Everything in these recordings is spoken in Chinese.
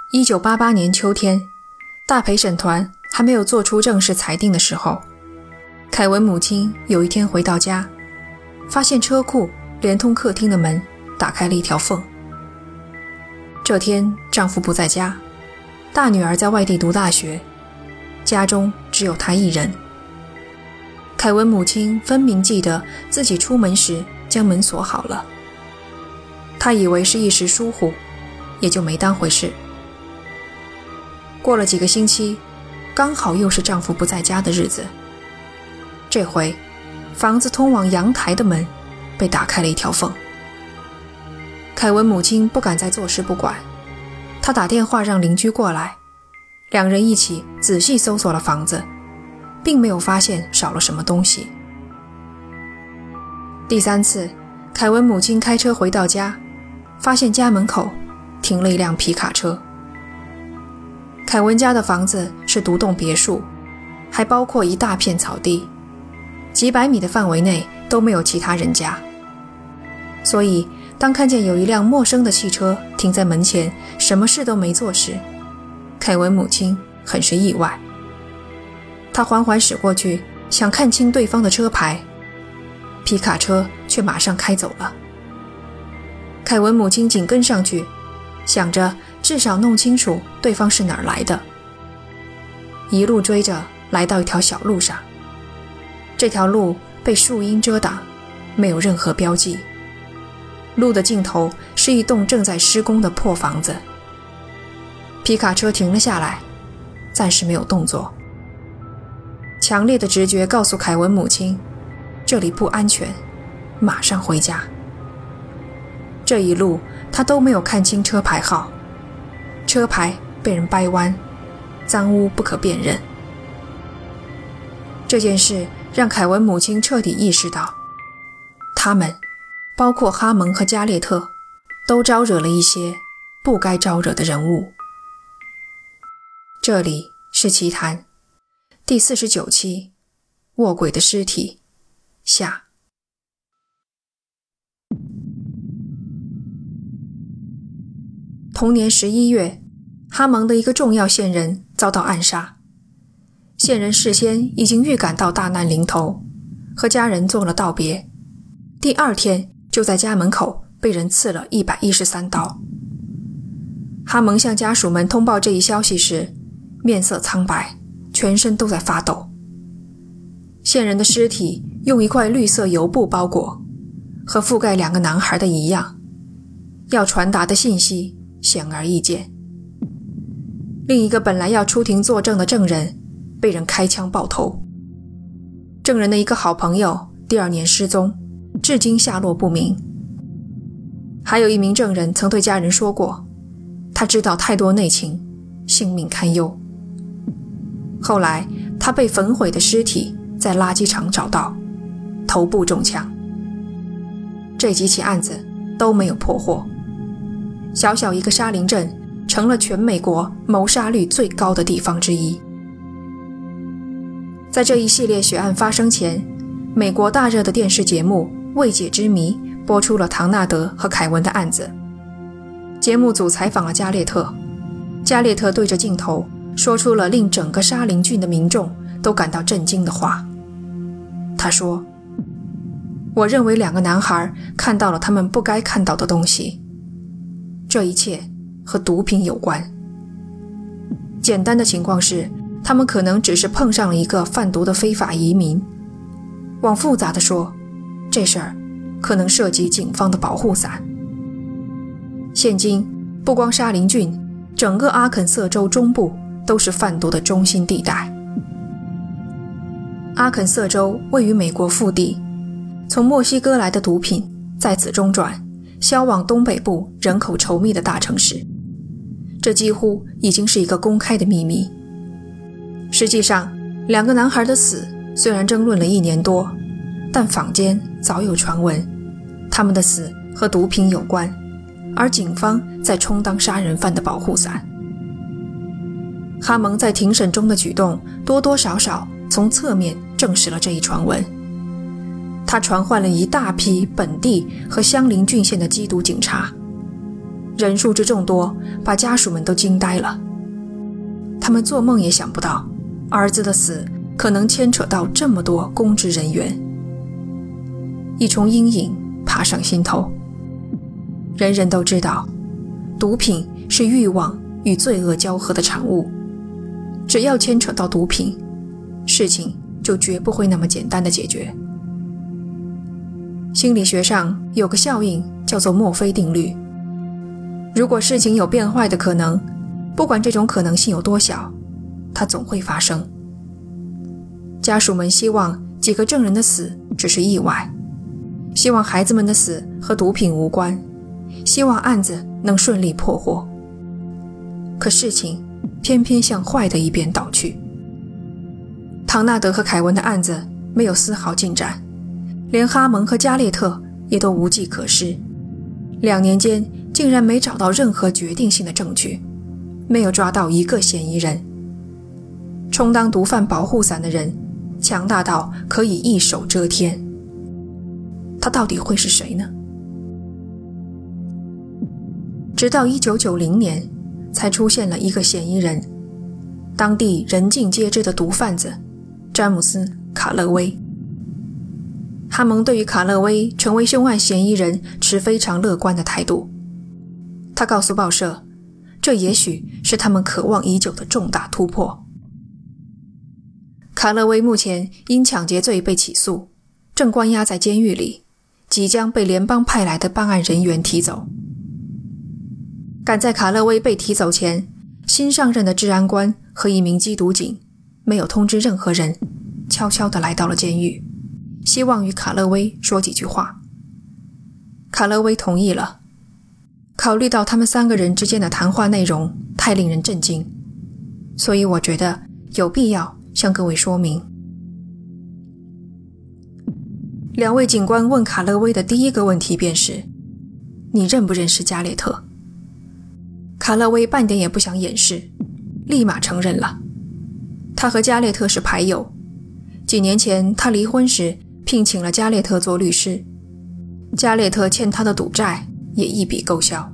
1988年秋天，大陪审团还没有做出正式裁定的时候，凯文母亲有一天回到家，发现车库连通客厅的门打开了一条缝。这天丈夫不在家，大女儿在外地读大学，家中只有她一人。凯文母亲分明记得自己出门时将门锁好了，她以为是一时疏忽，也就没当回事。过了几个星期，刚好又是丈夫不在家的日子，这回房子通往阳台的门被打开了一条缝。凯文母亲不敢再坐视不管，她打电话让邻居过来，两人一起仔细搜索了房子，并没有发现少了什么东西。第三次，凯文母亲开车回到家，发现家门口停了一辆皮卡车。凯文家的房子是独栋别墅，还包括一大片草地，几百米的范围内都没有其他人家。所以当看见有一辆陌生的汽车停在门前，什么事都没做时，凯文母亲很是意外。她缓缓驶过去，想看清对方的车牌，皮卡车却马上开走了。凯文母亲紧跟上去，想着至少弄清楚对方是哪儿来的。一路追着来到一条小路上，这条路被树荫遮挡，没有任何标记。路的尽头是一栋正在施工的破房子。皮卡车停了下来，暂时没有动作。强烈的直觉告诉凯文母亲，这里不安全，马上回家。这一路他都没有看清车牌号，车牌被人掰弯，脏污不可辨认。这件事让凯文母亲彻底意识到，他们包括哈蒙和加列特都招惹了一些不该招惹的人物。这里是奇谈第49期，卧轨的尸体下。同年11月，哈蒙的一个重要线人遭到暗杀。线人事先已经预感到大难临头，和家人做了道别，第二天就在家门口被人刺了113刀。哈蒙向家属们通报这一消息时，面色苍白，全身都在发抖。线人的尸体用一块绿色油布包裹，和覆盖两个男孩的一样，要传达的信息显而易见。另一个本来要出庭作证的证人被人开枪爆头。证人的一个好朋友第二年失踪，至今下落不明。还有一名证人曾对家人说过，他知道太多内情，性命堪忧。后来他被焚毁的尸体在垃圾场找到，头部中枪。这几起案子都没有破获，小小一个沙林镇成了全美国谋杀率最高的地方之一。在这一系列血案发生前，美国大热的电视节目《未解之谜》播出了唐纳德和凯文的案子。节目组采访了加列特，加列特对着镜头说出了令整个沙林郡的民众都感到震惊的话。他说，我认为两个男孩看到了他们不该看到的东西，这一切和毒品有关。简单的情况是，他们可能只是碰上了一个贩毒的非法移民。往复杂的说，这事儿可能涉及警方的保护伞。现今不光沙林郡，整个阿肯色州中部都是贩毒的中心地带。阿肯色州位于美国腹地，从墨西哥来的毒品在此中转，销往东北部人口稠密的大城市。这几乎已经是一个公开的秘密。实际上，两个男孩的死虽然争论了1年多，但坊间早有传闻，他们的死和毒品有关，而警方在充当杀人犯的保护伞。哈蒙在庭审中的举动多多少少从侧面证实了这一传闻。他传唤了一大批本地和相邻郡县的缉毒警察， 人数之众多把家属们都惊呆了。他们做梦也想不到儿子的死可能牵扯到这么多公职人员。一重阴影爬上心头。人人都知道，毒品是欲望与罪恶交合的产物，只要牵扯到毒品，事情就绝不会那么简单的解决。心理学上有个效应叫做墨菲定律，如果事情有变坏的可能，不管这种可能性有多小，它总会发生。家属们希望几个证人的死只是意外，希望孩子们的死和毒品无关，希望案子能顺利破获。可事情偏偏向坏的一边倒去。唐纳德和凯文的案子没有丝毫进展，连哈蒙和加列特也都无计可施。2年间竟然没找到任何决定性的证据，没有抓到一个嫌疑人。充当毒贩保护伞的人强大到可以一手遮天，他到底会是谁呢？直到1990年才出现了一个嫌疑人，当地人尽皆知的毒贩子詹姆斯·卡勒威。哈蒙对于卡勒威成为凶案嫌疑人持非常乐观的态度。他告诉报社，这也许是他们渴望已久的重大突破。卡勒威目前因抢劫罪被起诉，正关押在监狱里，即将被联邦派来的办案人员提走。赶在卡勒威被提走前，新上任的治安官和一名缉毒警没有通知任何人，悄悄地来到了监狱，希望与卡勒威说几句话。卡勒威同意了。考虑到他们3个人之间的谈话内容太令人震惊，所以我觉得有必要向各位说明。2位警官问卡勒威的第一个问题便是：你认不认识加列特？卡勒威半点也不想掩饰，立马承认了。他和加列特是牌友，几年前他离婚时聘请了加列特做律师，加列特欠他的赌债也一笔勾销。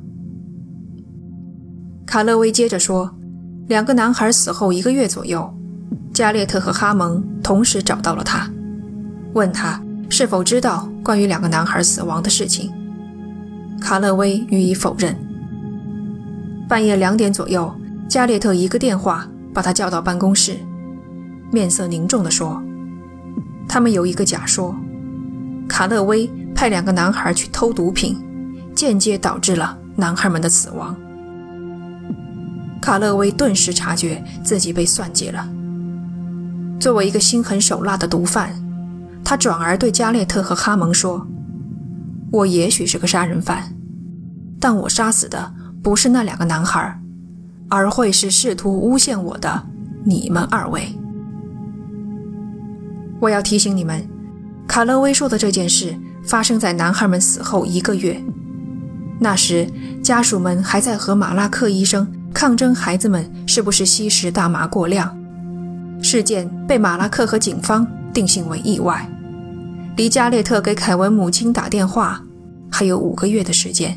卡勒威接着说，2个男孩死后1个月左右，加列特和哈蒙同时找到了他，问他是否知道关于2个男孩死亡的事情。卡勒威予以否认。半夜2点左右，加列特一个电话把他叫到办公室，面色凝重地说，他们有一个假说，卡勒威派2个男孩去偷毒品，间接导致了男孩们的死亡。卡勒威顿时察觉自己被算计了。作为一个心狠手辣的毒贩，他转而对加列特和哈蒙说，我也许是个杀人犯，但我杀死的不是那2个男孩，而会是试图诬陷我的你们2位。我要提醒你们，卡勒威说的这件事发生在男孩们死后1个月，那时家属们还在和马拉克医生抗争孩子们是不是吸食大麻过量。事件被马拉克和警方定性为意外，离加列特给凯文母亲打电话还有5个月的时间。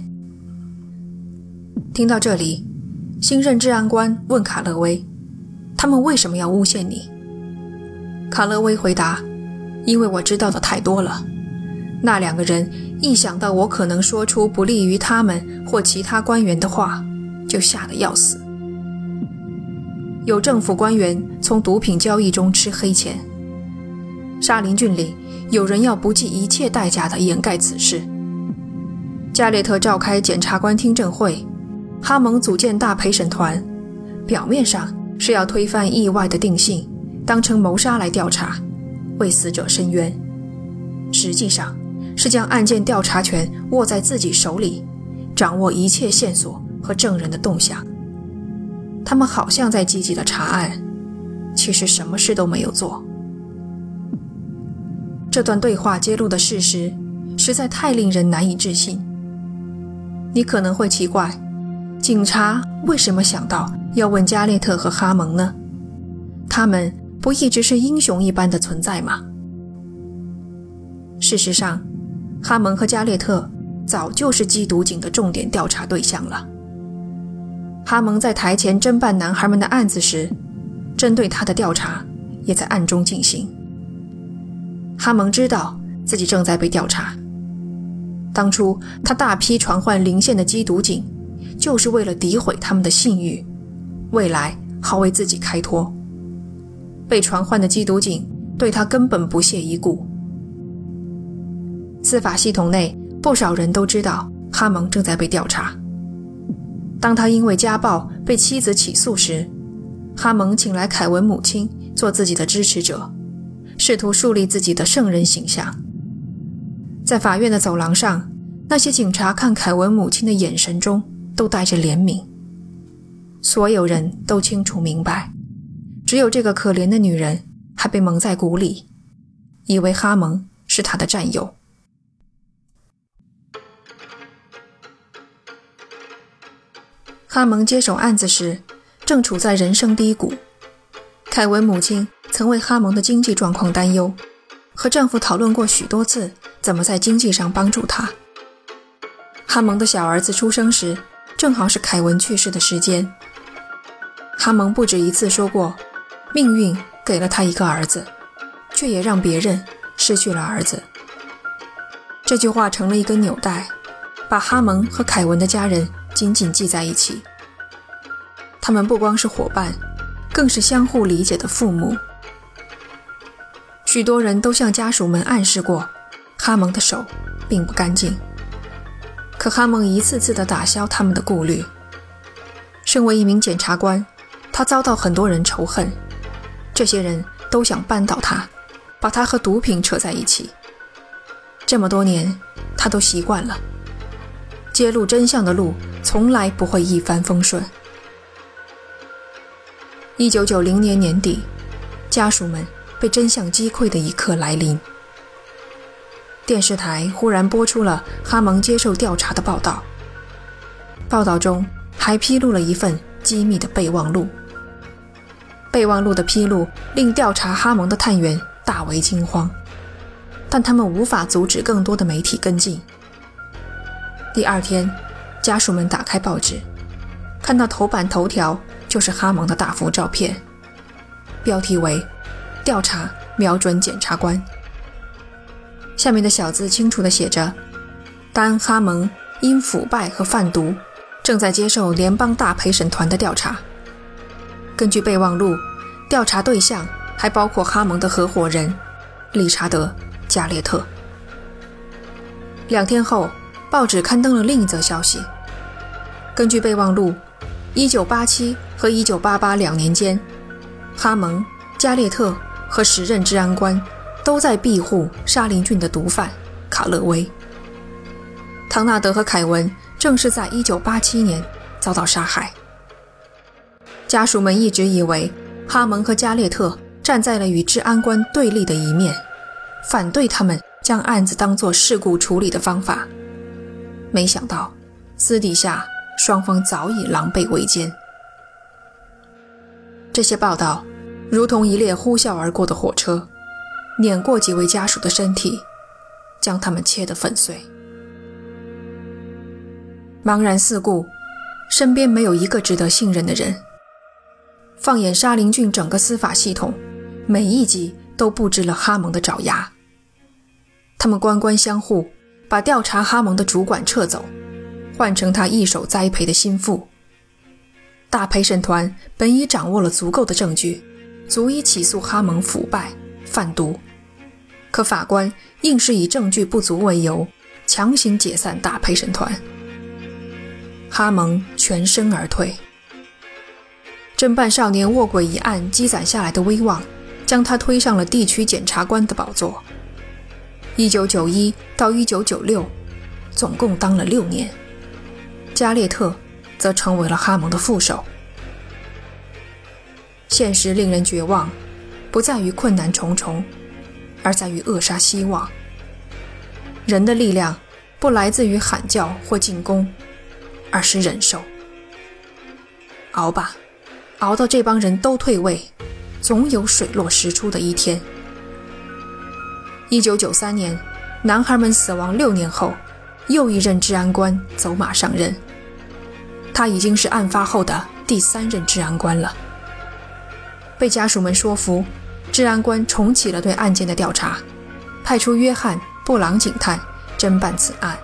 听到这里，新任治安官问卡勒威，他们为什么要诬陷你？卡勒威回答，因为我知道的太多了，那2个人一想到我可能说出不利于他们或其他官员的话，就吓得要死。有政府官员从毒品交易中吃黑钱，沙林郡里有人要不计一切代价地掩盖此事。加列特召开检察官听证会，哈蒙组建大陪审团，表面上是要推翻意外的定性，当成谋杀来调查，为死者伸冤，实际上是将案件调查权握在自己手里，掌握一切线索和证人的动向。他们好像在积极的查案，其实什么事都没有做。这段对话揭露的事实实在太令人难以置信。你可能会奇怪，警察为什么想到要问加列特和哈蒙呢？他们不一直是英雄一般的存在吗？事实上，哈蒙和加列特早就是缉毒警的重点调查对象了。 哈蒙在台前侦办男孩们的案子时，针对他的调查也在暗中进行。哈蒙知道自己正在被调查，当初他大批传唤邻县的缉毒警，就是为了诋毁他们的信誉，未来好为自己开脱。被传唤的缉毒警对他根本不屑一顾。司法系统内不少人都知道哈蒙正在被调查。当他因为家暴被妻子起诉时，哈蒙请来凯文母亲做自己的支持者，试图树立自己的圣人形象。在法院的走廊上，那些警察看凯文母亲的眼神中都带着怜悯。所有人都清楚明白，只有这个可怜的女人还被蒙在鼓里，以为哈蒙是她的战友。哈蒙接手案子时正处在人生低谷，凯文母亲曾为哈蒙的经济状况担忧，和丈夫讨论过许多次怎么在经济上帮助他。哈蒙的小儿子出生时正好是凯文去世的时间。哈蒙不止一次说过，命运给了他一个儿子，却也让别人失去了儿子。这句话成了一根纽带，把哈蒙和凯文的家人紧紧系在一起。他们不光是伙伴，更是相互理解的父母。许多人都向家属们暗示过，哈蒙的手并不干净，可哈蒙一次次地打消他们的顾虑。身为一名检察官，他遭到很多人仇恨，这些人都想扳倒他，把他和毒品扯在一起。这么多年，他都习惯了，揭露真相的路从来不会一帆风顺。1990年年底，家属们被真相击溃的一刻来临。电视台忽然播出了哈蒙接受调查的报道，报道中还披露了一份机密的备忘录。备忘录的披露令调查哈蒙的探员大为惊慌，但他们无法阻止更多的媒体跟进。第二天，家属们打开报纸，看到头版头条就是哈蒙的大幅照片，标题为“调查瞄准检察官”。下面的小字清楚地写着：丹·哈蒙因腐败和贩毒，正在接受联邦大陪审团的调查。根据备忘录，调查对象还包括哈蒙的合伙人理查德·加列特。2天后，报纸刊登了另一则消息。根据备忘录，1987和1988两年间，哈蒙、加列特和时任治安官都在庇护沙林郡的毒贩卡勒威。唐纳德和凯文正是在1987年遭到杀害。家属们一直以为哈蒙和加列特站在了与治安官对立的一面，反对他们将案子当作事故处理的方法。没想到私底下双方早已狼狈为奸。这些报道如同一列呼啸而过的火车，碾过几位家属的身体，将他们切得粉碎。茫然四顾，身边没有一个值得信任的人。放眼沙林郡整个司法系统，每一级都布置了哈蒙的爪牙。他们官官相护，把调查哈蒙的主管撤走，换成他一手栽培的心腹。大陪审团本已掌握了足够的证据，足以起诉哈蒙腐败、贩毒，可法官硬是以证据不足为由，强行解散大陪审团。哈蒙全身而退。侦办少年卧轨一案积攒下来的威望，将他推上了地区检察官的宝座。1991到1996，总共当了6年。加列特则成为了哈蒙的副手。现实令人绝望，不在于困难重重，而在于扼杀希望。人的力量不来自于喊叫或进攻，而是忍受。熬吧，熬到这帮人都退位，总有水落石出的一天。1993年，男孩们死亡6年后，又一任治安官走马上任。 他已经是案发后的第3任治安官了。被家属们说服，治安官重启了对案件的调查，派出约翰·布朗警探侦办此案。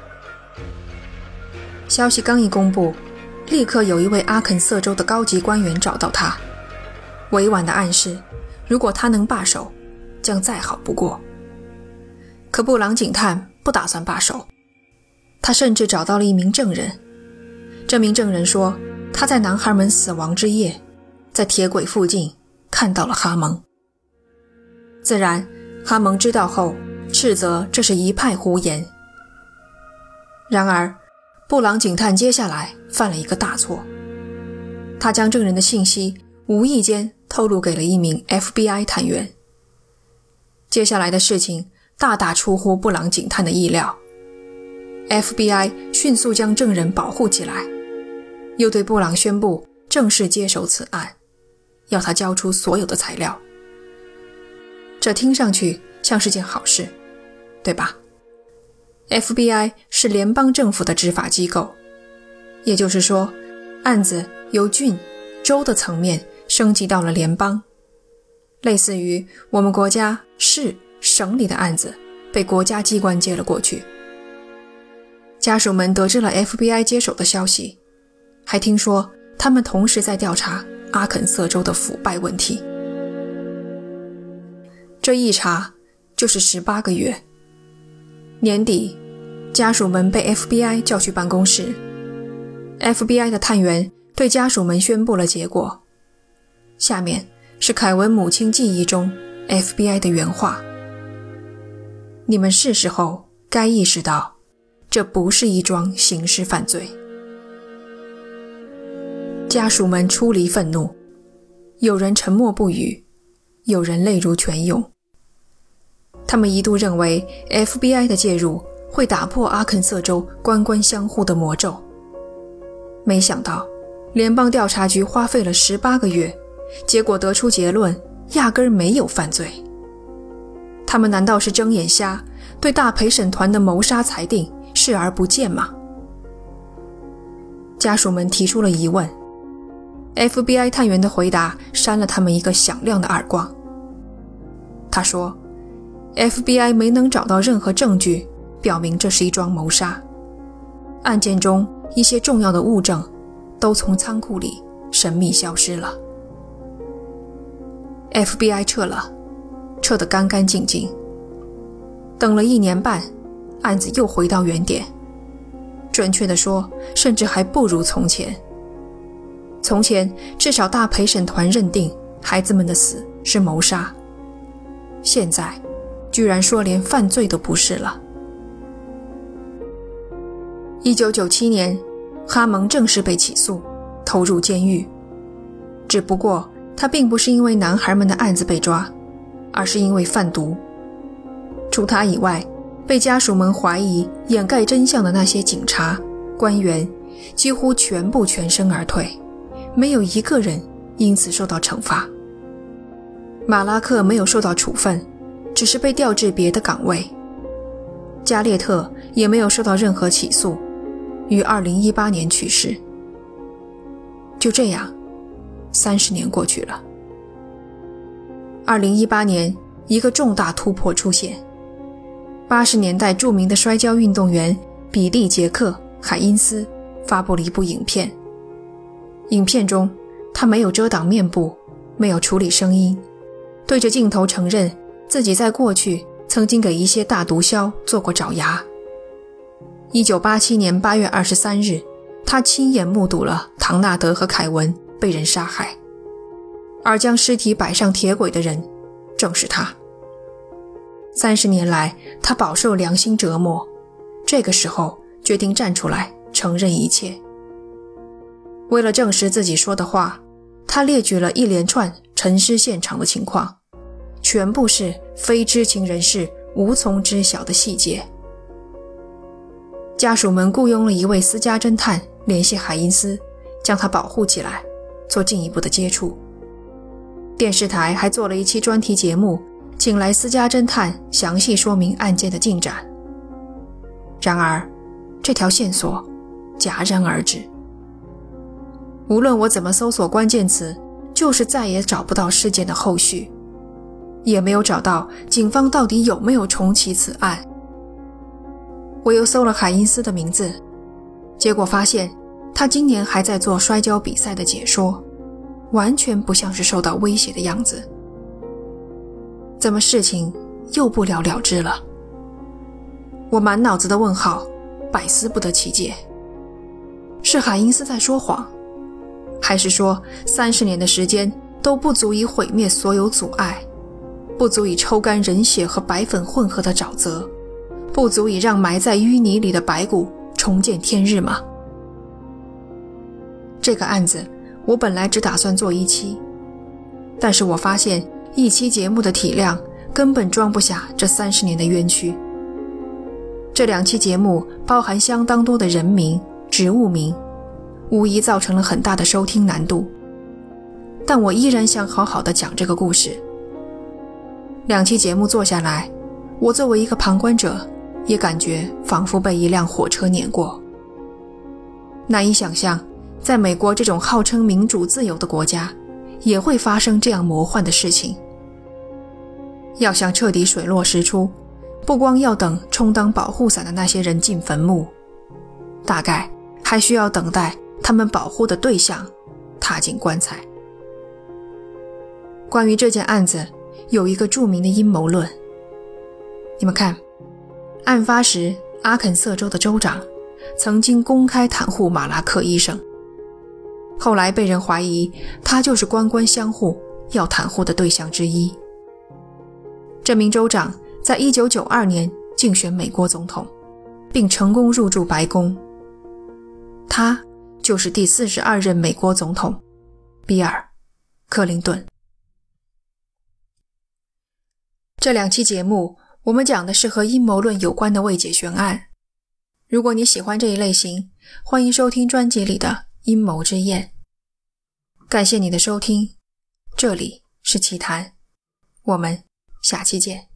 消息刚一公布，立刻有一位阿肯色州的高级官员找到他，委婉地暗示如果他能罢手，将再好不过。可布朗警探不打算罢手，他甚至找到了一名证人。这名证人说，他在男孩们死亡之夜，在铁轨附近看到了哈蒙。自然，哈蒙知道后斥责这是一派胡言。然而，布朗警探接下来犯了一个大错，他将证人的信息无意间透露给了一名 FBI 探员。接下来的事情大大出乎布朗警探的意料， FBI 迅速将证人保护起来，又对布朗宣布正式接手此案，要他交出所有的材料。这听上去像是件好事，对吧？ FBI 是联邦政府的执法机构，也就是说，案子由郡、州的层面升级到了联邦，类似于我们国家市、省里的案子被国家机关接了过去。家属们得知了 FBI 接手的消息，还听说他们同时在调查阿肯色州的腐败问题。这一查就是18个月。年底，家属们被 FBI 叫去办公室， FBI 的探员对家属们宣布了结果。下面是凯文母亲记忆中 FBI 的原话：你们是时候该意识到，这不是一桩刑事犯罪。家属们出离愤怒，有人沉默不语，有人泪如泉涌。他们一度认为 FBI 的介入会打破阿肯色州官官相护的魔咒，没想到联邦调查局花费了18个月，结果得出结论压根儿没有犯罪。他们难道是睁眼瞎，对大陪审团的谋杀裁定视而不见吗？家属们提出了疑问， FBI 探员的回答扇了他们一个响亮的耳光。他说， FBI 没能找到任何证据表明这是一桩谋杀，案件中一些重要的物证都从仓库里神秘消失了。 FBI 撤了，撤得干干净净。等了1年半，案子又回到原点，准确地说，甚至还不如从前。从前至少大陪审团认定孩子们的死是谋杀，现在居然说连犯罪都不是了。1997年，哈蒙正式被起诉，投入监狱。只不过他并不是因为男孩们的案子被抓，而是因为贩毒。除他以外，被家属们怀疑掩盖真相的那些警察、官员几乎全部全身而退，没有一个人因此受到惩罚。马拉克没有受到处分，只是被调至别的岗位。加列特也没有受到任何起诉，于2018年去世。就这样，30年过去了。2018年，一个重大突破出现。80年代著名的摔跤运动员比利·杰克·海因斯发布了一部影片。影片中，他没有遮挡面部，没有处理声音，对着镜头承认自己在过去曾经给一些大毒枭做过爪牙。1987年8月23日，他亲眼目睹了唐纳德和凯文被人杀害，而将尸体摆上铁轨的人正是他。30年来，他饱受良心折磨，这个时候决定站出来承认一切。为了证实自己说的话，他列举了一连串沉尸现场的情况，全部是非知情人士无从知晓的细节。家属们雇佣了一位私家侦探联系海因斯，将他保护起来，做进一步的接触。电视台还做了一期专题节目，请来私家侦探详细说明案件的进展。然而，这条线索戛然而止。 无论我怎么搜索关键词，就是再也找不到事件的后续，也没有找到警方到底有没有重启此案。我又搜了海因斯的名字，结果发现他今年还在做摔跤比赛的解说，完全不像是受到威胁的样子。怎么事情又不了了之了？我满脑子的问号，百思不得其解。是海因斯在说谎，还是说30年的时间都不足以毁灭所有阻碍，不足以抽干人血和白粉混合的沼泽，不足以让埋在淤泥里的白骨重见天日吗？这个案子我本来只打算做1期，但是我发现1期节目的体量根本装不下这30年的冤屈。这2期节目包含相当多的人名、植物名，无疑造成了很大的收听难度，但我依然想好好的讲这个故事。2期节目做下来，我作为一个旁观者，也感觉仿佛被一辆火车碾过。难以想象，在美国这种号称民主自由的国家，也会发生这样魔幻的事情。要想彻底水落石出，不光要等充当保护伞的那些人进坟墓，大概还需要等待他们保护的对象踏进棺材。关于这件案子，有一个著名的阴谋论。你们看，案发时阿肯色州的州长曾经公开袒护马拉克医生，后来被人怀疑他就是官官相护要袒护的对象之一。这名州长在1992年竞选美国总统，并成功入驻白宫。他就是第42任美国总统比尔·克林顿。这2期节目我们讲的是和阴谋论有关的未解悬案。如果你喜欢这一类型，欢迎收听专辑里的阴谋之夜。感谢你的收听，这里是奇谈，我们下期见。